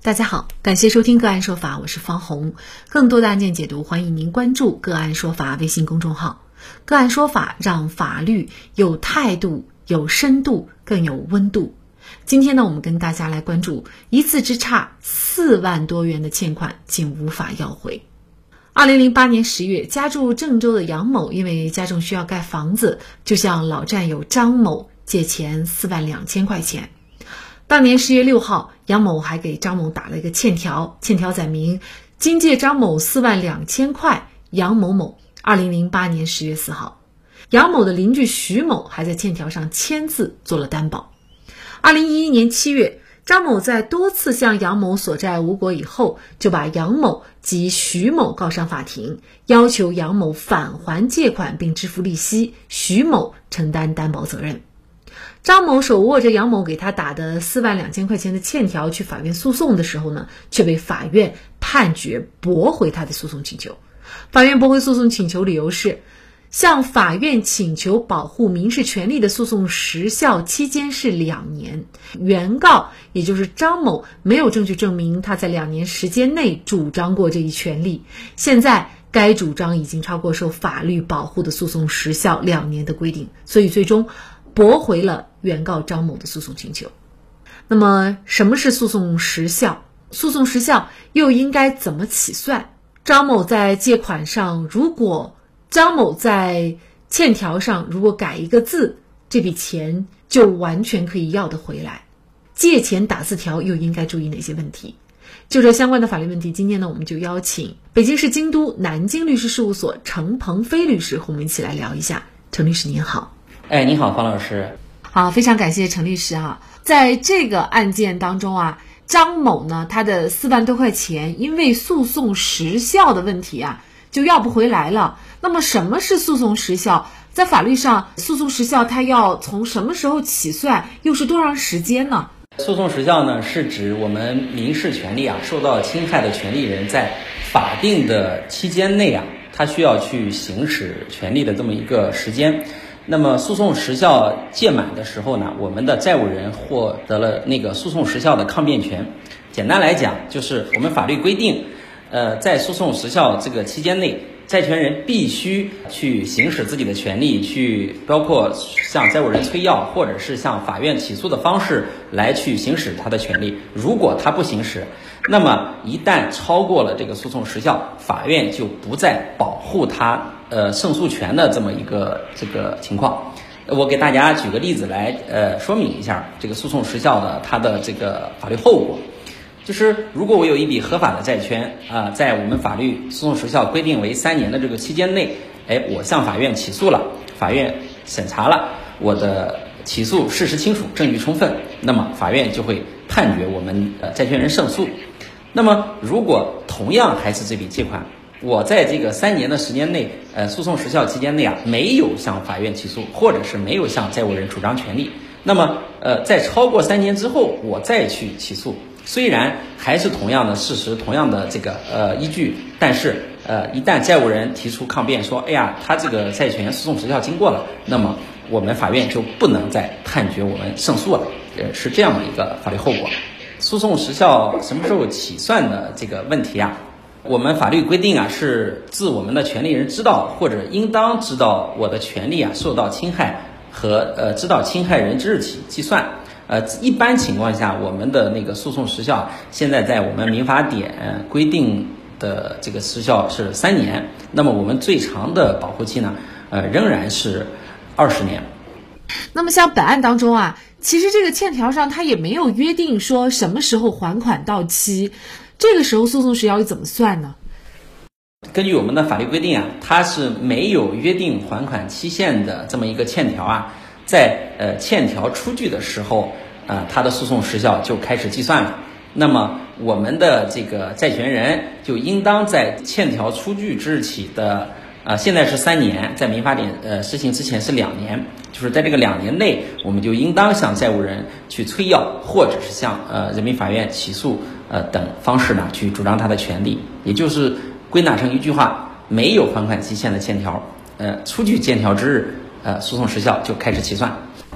大家好，感谢收听个案说法，我是方红。更多的案件解读，欢迎您关注个案说法微信公众号。个案说法让法律有态度、有深度、更有温度。今天呢，我们跟大家来关注一字之差4万多元的欠款竟无法要回。2008年10月，家住郑州的杨某因为家中需要盖房子，就向老战友张某借钱4万2千块钱。当年10月6号，杨某还给张某打了一个欠条，欠条载明经借张某4万2千块，杨某某。2008年10月4号，杨某的邻居徐某还在欠条上签字做了担保。2011年7月，张某在多次向杨某索债无果以后，就把杨某及徐某告上法庭，要求杨某返还借款并支付利息，徐某承担担保责任。张某手握着杨某给他打的4万2千块钱的欠条去法院诉讼的时候呢，却被法院判决驳回他的诉讼请求。法院驳回诉讼请求理由是，向法院请求保护民事权利的诉讼时效期间是2年，原告也就是张某没有证据证明他在2年时间内主张过这一权利，现在该主张已经超过受法律保护的诉讼时效2年的规定，所以最终驳回了原告张某的诉讼请求。那么什么是诉讼时效？诉讼时效又应该怎么起算？张某在借款上，如果张某在欠条上如果改一个字，这笔钱就完全可以要得回来。借钱打字条又应该注意哪些问题？就这相关的法律问题，今天呢，我们就邀请北京市京都南京律师事务所程鹏飞律师和我们一起来聊一下。程律师您好。 你好，方老师。 好，非常感谢程律师啊。在这个案件当中啊，张某呢，他的4万多块钱因为诉讼时效的问题啊，就要不回来了。那么什么是诉讼时效？在法律上，诉讼时效它要从什么时候起算，又是多长时间呢？ 诉讼时效呢，是指我们民事权利受到侵害的权利人在法定的期间内他需要去行使权利的这么一个时间。那么诉讼时效届满的时候呢，我们的债务人获得了那个诉讼时效的抗辩权。简单来讲，就是我们法律规定，在诉讼时效这个期间内，债权人必须去行使自己的权利，去包括向债务人催要，或者是向法院起诉的方式来去行使他的权利。如果他不行使，那么一旦超过了这个诉讼时效，法院就不再保护他胜诉权的这么一个情况。我给大家举个例子来说明一下这个诉讼时效的它的这个法律后果。就是如果我有一笔合法的债权在我们法律诉讼时效规定为3年的这个期间内，我向法院起诉了，法院审查了我的起诉事实清楚，证据充分，那么法院就会判决我们债权人胜诉。那么如果同样还是这笔借款，我在这个3年的时间内，诉讼时效期间内没有向法院起诉，或者是没有向债务人主张权利，那么在超过3年之后我再去起诉，虽然还是同样的事实，同样的这个依据，但是一旦债务人提出抗辩说，他这个债权诉讼时效经过了，那么我们法院就不能再判决我们胜诉了，是这样的一个法律后果。诉讼时效什么时候起算的这个问题我们法律规定是自我们的权利人知道或者应当知道我的权利受到侵害和知道侵害人之日起计算。一般情况下，我们的那个诉讼时效现在在我们民法典规定的这个时效是3年，那么我们最长的保护期呢，仍然是20年。 那么像本案当中其实这个欠条上它也没有约定说什么时候还款到期，这个时候诉讼时效怎么算呢？ 根据我们的法律规定它是没有约定还款期限的这么一个欠条在欠条出具的时候它的诉讼时效就开始计算了。那么我们的这个债权人就应当在欠条出具之日起的现在是3年，在民法典施行之前是2年，就是在这个2年内，我们就应当向债务人去催要，或者是向人民法院起诉等方式呢去主张他的权利。也就是归纳成一句话，没有还款期限的欠条出具欠条之日诉讼时效就开始起算。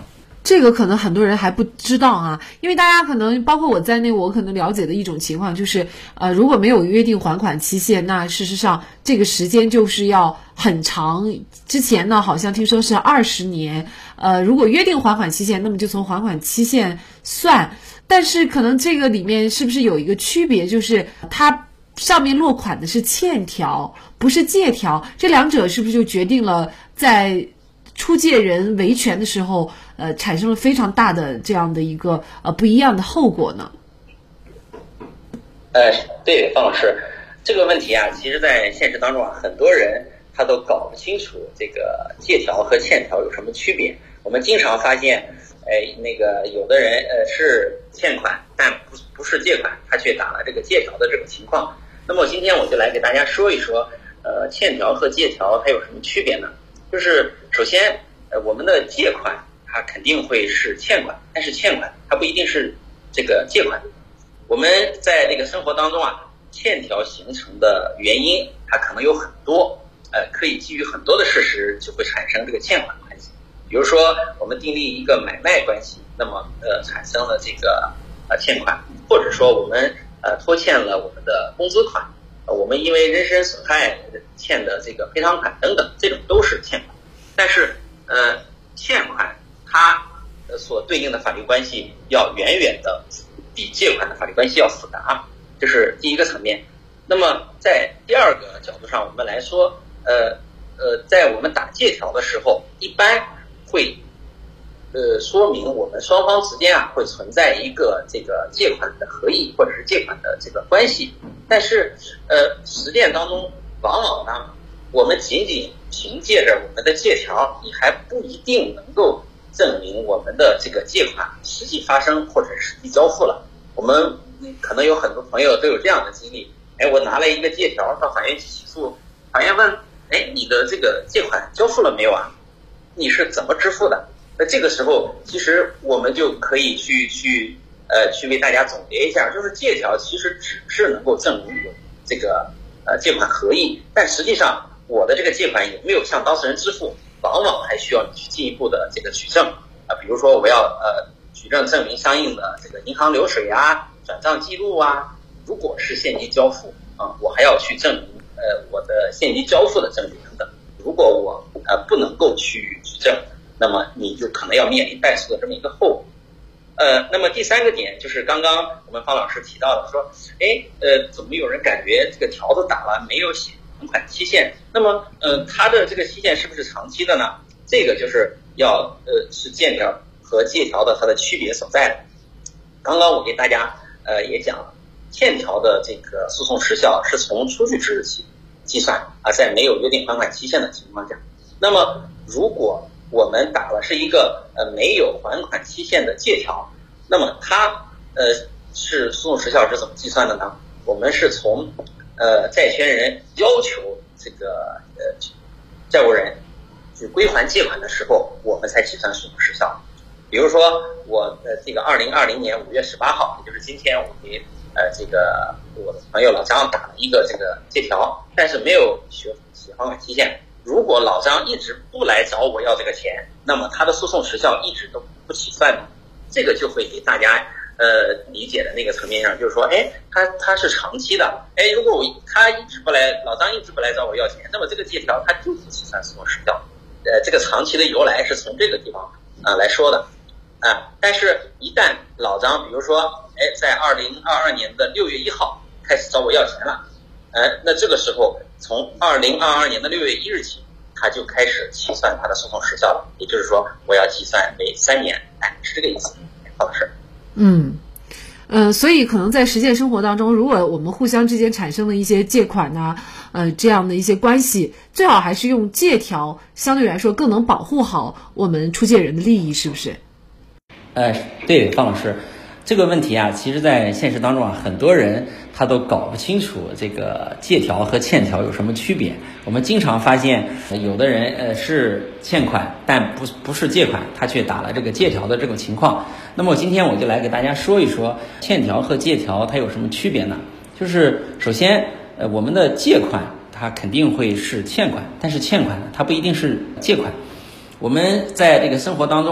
这个可能很多人还不知道啊，因为大家可能包括我在内，我可能了解的一种情况就是，如果没有约定还款期限，那事实上这个时间就是要很长。之前呢，好像听说是20年，如果约定还款期限，那么就从还款期限算。但是可能这个里面是不是有一个区别，就是它上面落款的是欠条，不是借条，这两者是不是就决定了在出借人维权的时候，产生了非常大的这样的一个不一样的后果呢？ 对，方老师，这个问题啊，其实在现实当中啊，很多人他都搞不清楚这个借条和欠条有什么区别。我们经常发现，有的人是欠款，但不是借款，他却打了这个借条的这种情况。那么今天我就来给大家说一说，欠条和借条它有什么区别呢？就是首先，我们的借款它肯定会是欠款，但是欠款它不一定是这个借款。我们在这个生活当中啊，欠条形成的原因它可能有很多，可以基于很多的事实就会产生这个欠款关系。比如说我们订立一个买卖关系，那么产生了这个欠款，或者说我们拖欠了我们的工资款，我们因为人身损害欠的这个赔偿款等等，这种都是欠款。但是欠款它所对应的法律关系要远远的比借款的法律关系要复杂，这是第一个层面。那么在第二个角度上，我们来说，在我们打借条的时候，一般会说明我们双方之间啊会存在一个这个借款的合意或者是借款的这个关系。但是实践当中往往呢，我们仅仅凭借着我们的借条，你还不一定能够证明我们的这个借款实际发生或者实际交付了。我们可能有很多朋友都有这样的经历，我拿了一个借条到法院去起诉，法院问，你的这个借款交付了没有啊？你是怎么支付的？那这个时候其实我们就可以去为大家总结一下，就是借条其实只是能够证明有这个借款合意，但实际上我的这个借款有没有向当事人支付，往往还需要你去进一步的这个举证比如说我要举证证明相应的这个银行流水啊、转账记录啊，如果是现金交付我还要去证明我的现金交付的证据等等。如果我不能够去举证，那么你就可能要面临败诉的这么一个后果。那么第三个点就是刚刚我们方老师提到的，说怎么有人感觉这个条子打了没有写还款期限，那么它的这个期限是不是长期的呢？这个就是要是欠条和借条的它的区别所在的。刚刚我给大家也讲了，欠条的这个诉讼时效是从出具之日起计算在没有约定还款期限的情况下。那么如果我们打了是一个没有还款期限的借条，那么它是诉讼时效是怎么计算的呢？我们是从债权人要求这个债务人去归还借款的时候，我们才计算诉讼时效。比如说我这个2020年5月18号，也就是今天，我给这个我的朋友老张打了一个这个借条，但是没有写还款期限。如果老张一直不来找我要这个钱，那么他的诉讼时效一直都不起算的。这个就会给大家理解的那个层面上，就是说他是长期的，如果他一直不来，老张一直不来找我要钱，那么这个借条他就不起算诉讼时效。这个长期的由来是从这个地方来说的但是一旦老张比如说在2022年的6月1号开始找我要钱了，那这个时候从2022年的6月1日起，他就开始起算他的诉讼时效了，也就是说我要计算为3年，是这个意思，方老师。 所以可能在实践生活当中，如果我们互相之间产生了一些借款这样的一些关系，最好还是用借条，相对来说更能保护好我们出借人的利益，是不是？ 对，方老师，这个问题啊，其实在现实当中啊，很多人他都搞不清楚这个借条和欠条有什么区别。我们经常发现有的人是欠款，但不是借款，他却打了这个借条的这种情况。那么今天我就来给大家说一说欠条和借条它有什么区别呢？就是首先我们的借款它肯定会是欠款，但是欠款呢它不一定是借款。我们在这个生活当中啊，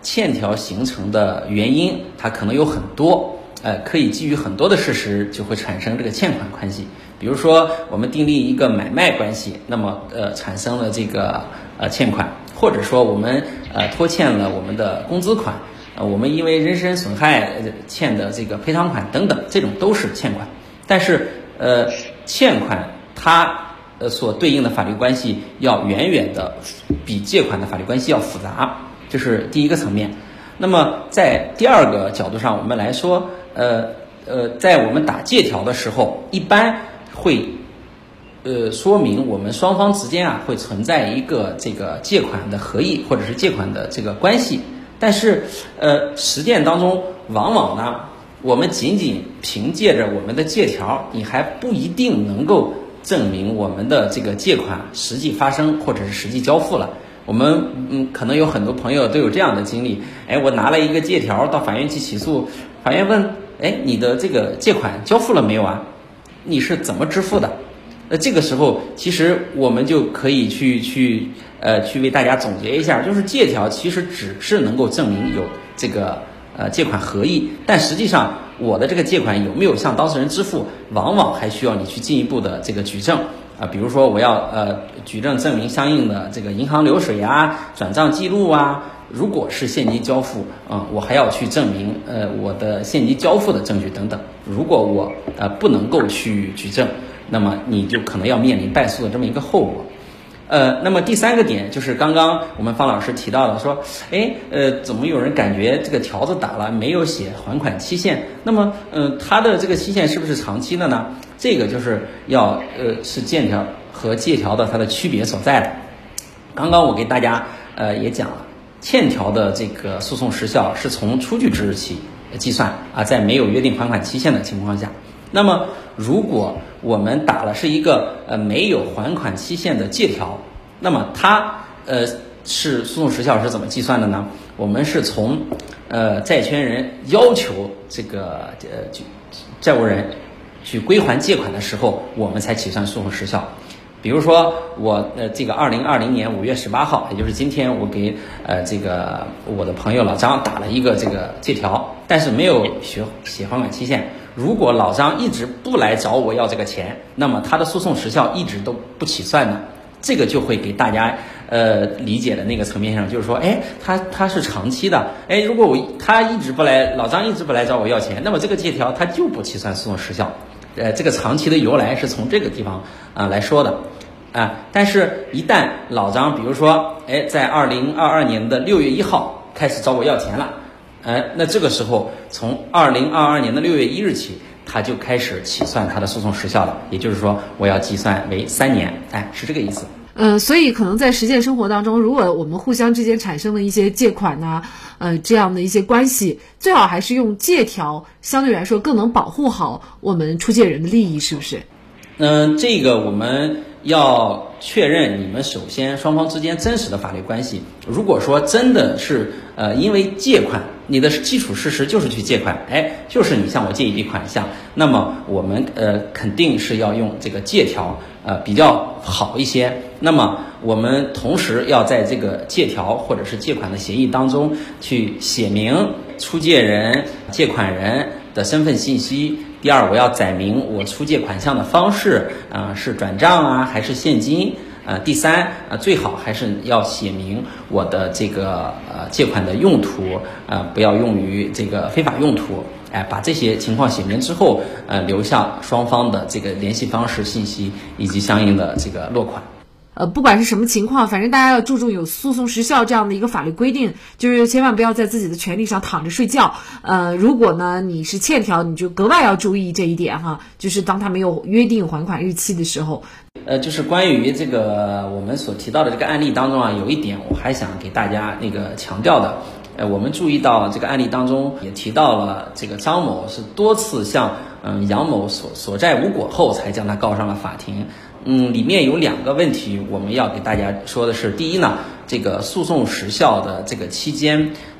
欠条形成的原因它可能有很多，可以基于很多的事实就会产生这个欠款关系。比如说我们订立一个买卖关系，那么产生了这个欠款，或者说我们拖欠了我们的工资款，我们因为人身损害欠的这个赔偿款等等，这种都是欠款。但是欠款它所对应的法律关系要远远的比借款的法律关系要复杂，这是第一个层面。那么在第二个角度上，我们来说，在我们打借条的时候，一般会说明我们双方之间会存在一个这个借款的合意或者是借款的这个关系。但是实践当中往往呢，我们仅仅凭借着我们的借条，你还不一定能够证明我们的这个借款实际发生或者是实际交付了。我们可能有很多朋友都有这样的经历，我拿了一个借条到法院去起诉，法院问，你的这个借款交付了没有啊？你是怎么支付的？这个时候其实我们就可以去为大家总结一下，就是借条其实只是能够证明有这个借款合意，但实际上我的这个借款有没有向当事人支付，往往还需要你去进一步的这个举证比如说我要举证证明相应的这个银行流水转账记录如果是现金交付我还要去证明我的现金交付的证据等等。如果我不能够去举证，那么你就可能要面临败诉的这么一个后果。那么第三个点就是刚刚我们方老师提到的，说怎么有人感觉这个条子打了没有写还款期限，那么它的这个期限是不是长期的呢？这个就是要是欠条和借条的它的区别所在的。刚刚我给大家也讲了，欠条的这个诉讼时效是从出具之日起计算在没有约定还款期限的情况下。那么如果我们打了是一个没有还款期限的借条，那么它是诉讼时效是怎么计算的呢？我们是从债权人要求这个债务人去归还借款的时候，我们才起算诉讼时效。比如说我这个2020年5月18号，也就是今天，我给这个我的朋友老张打了一个这个借条，但是没有写还款期限。如果老张一直不来找我要这个钱，那么他的诉讼时效一直都不起算的。这个就会给大家理解的那个层面上，就是说他是长期的，如果老张一直不来找我要钱，那么这个借条他就不起算诉讼时效。这个长期的由来是从这个地方来说的但是一旦老张比如说在2022年的6月1号开始找我要钱了，那这个时候从2022年的6月1日起，他就开始起算他的诉讼时效了，也就是说我要计算为3年，是这个意思。 所以可能在实践生活当中，如果我们互相之间产生了一些借款这样的一些关系，最好还是用借条，相对来说更能保护好我们出借人的利益，是不是？ 这个我们要确认你们首先双方之间真实的法律关系。如果说真的是因为借款，你的基础事实就是去借款，就是你向我借一笔款项，那么我们肯定是要用这个借条比较好一些。那么我们同时要在这个借条或者是借款的协议当中去写明出借人、借款人的身份信息。第二，我要载明我出借款项的方式是转账还是现金。第三，最好还是要写明我的这个借款的用途不要用于这个非法用途。把这些情况写明之后留下双方的这个联系方式信息以及相应的这个落款。 不管是什么情况，反正大家要注重有诉讼时效这样的一个法律规定，就是千万不要在自己的权利上躺着睡觉。如果呢你是欠条，你就格外要注意这一点就是当他没有约定还款日期的时候。 就是关于这个我们所提到的这个案例当中有一点我还想给大家强调的。我们注意到这个案例当中也提到了这个张某是多次向杨某索债无果后才将他告上了法庭。里面有2个问题我们要给大家说的是，第一呢，这个诉讼时效的这个期间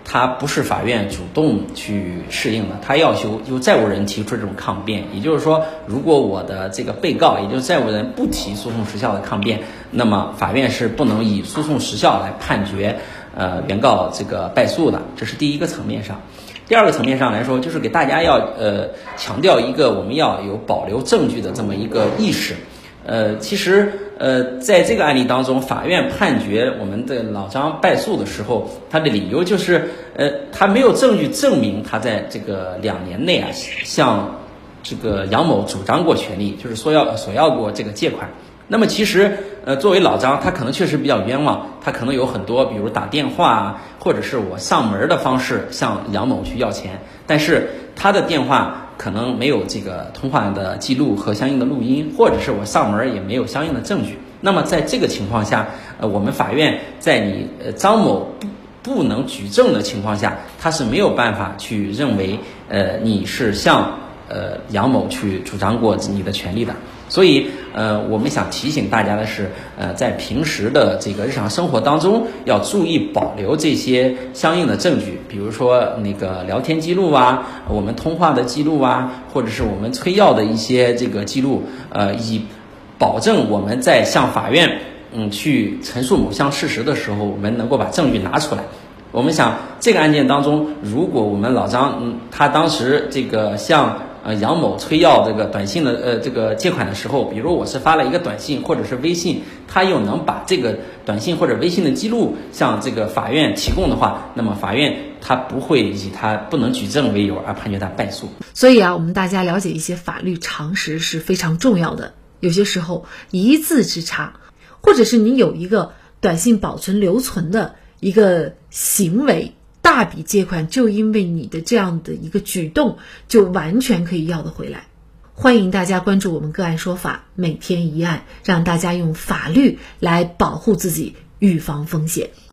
它不是法院主动去适应的，它要求由债务人提出这种抗辩。也就是说，如果我的这个被告，也就是债务人不提诉讼时效的抗辩，那么法院是不能以诉讼时效来判决原告这个败诉的。这是第一个层面上。第二个层面上来说，就是给大家要强调一个我们要有保留证据的这么一个意识。其实在这个案例当中，法院判决我们的老张败诉的时候，他的理由就是他没有证据证明他在这个2年内向这个杨某主张过权利，就是索要过这个借款。那么其实作为老张，他可能确实比较冤枉，他可能有很多比如打电话或者是我上门的方式向杨某去要钱，但是他的电话可能没有这个通话的记录和相应的录音，或者是我上门也没有相应的证据。那么在这个情况下，我们法院在你张某不能举证的情况下，他是没有办法去认为你是向杨某去主张过你的权利的。所以我们想提醒大家的是，在平时的这个日常生活当中，要注意保留这些相应的证据，比如说那个聊天记录啊，我们通话的记录啊，或者是我们催要的一些这个记录，以保证我们在向法院去陈述某项事实的时候，我们能够把证据拿出来。我们想这个案件当中，如果我们老张他当时这个向杨某催要这个短信的这个借款的时候，比如我是发了一个短信或者是微信，他又能把这个短信或者微信的记录向这个法院提供的话，那么法院他不会以他不能举证为由而判决他败诉。 所以我们大家了解一些法律常识是非常重要的。有些时候一字之差，或者是你有一个短信保存留存的一个行为，大笔借款就因为你的这样的一个举动就完全可以要得回来。欢迎大家关注我们个案说法，每天一案，让大家用法律来保护自己，预防风险。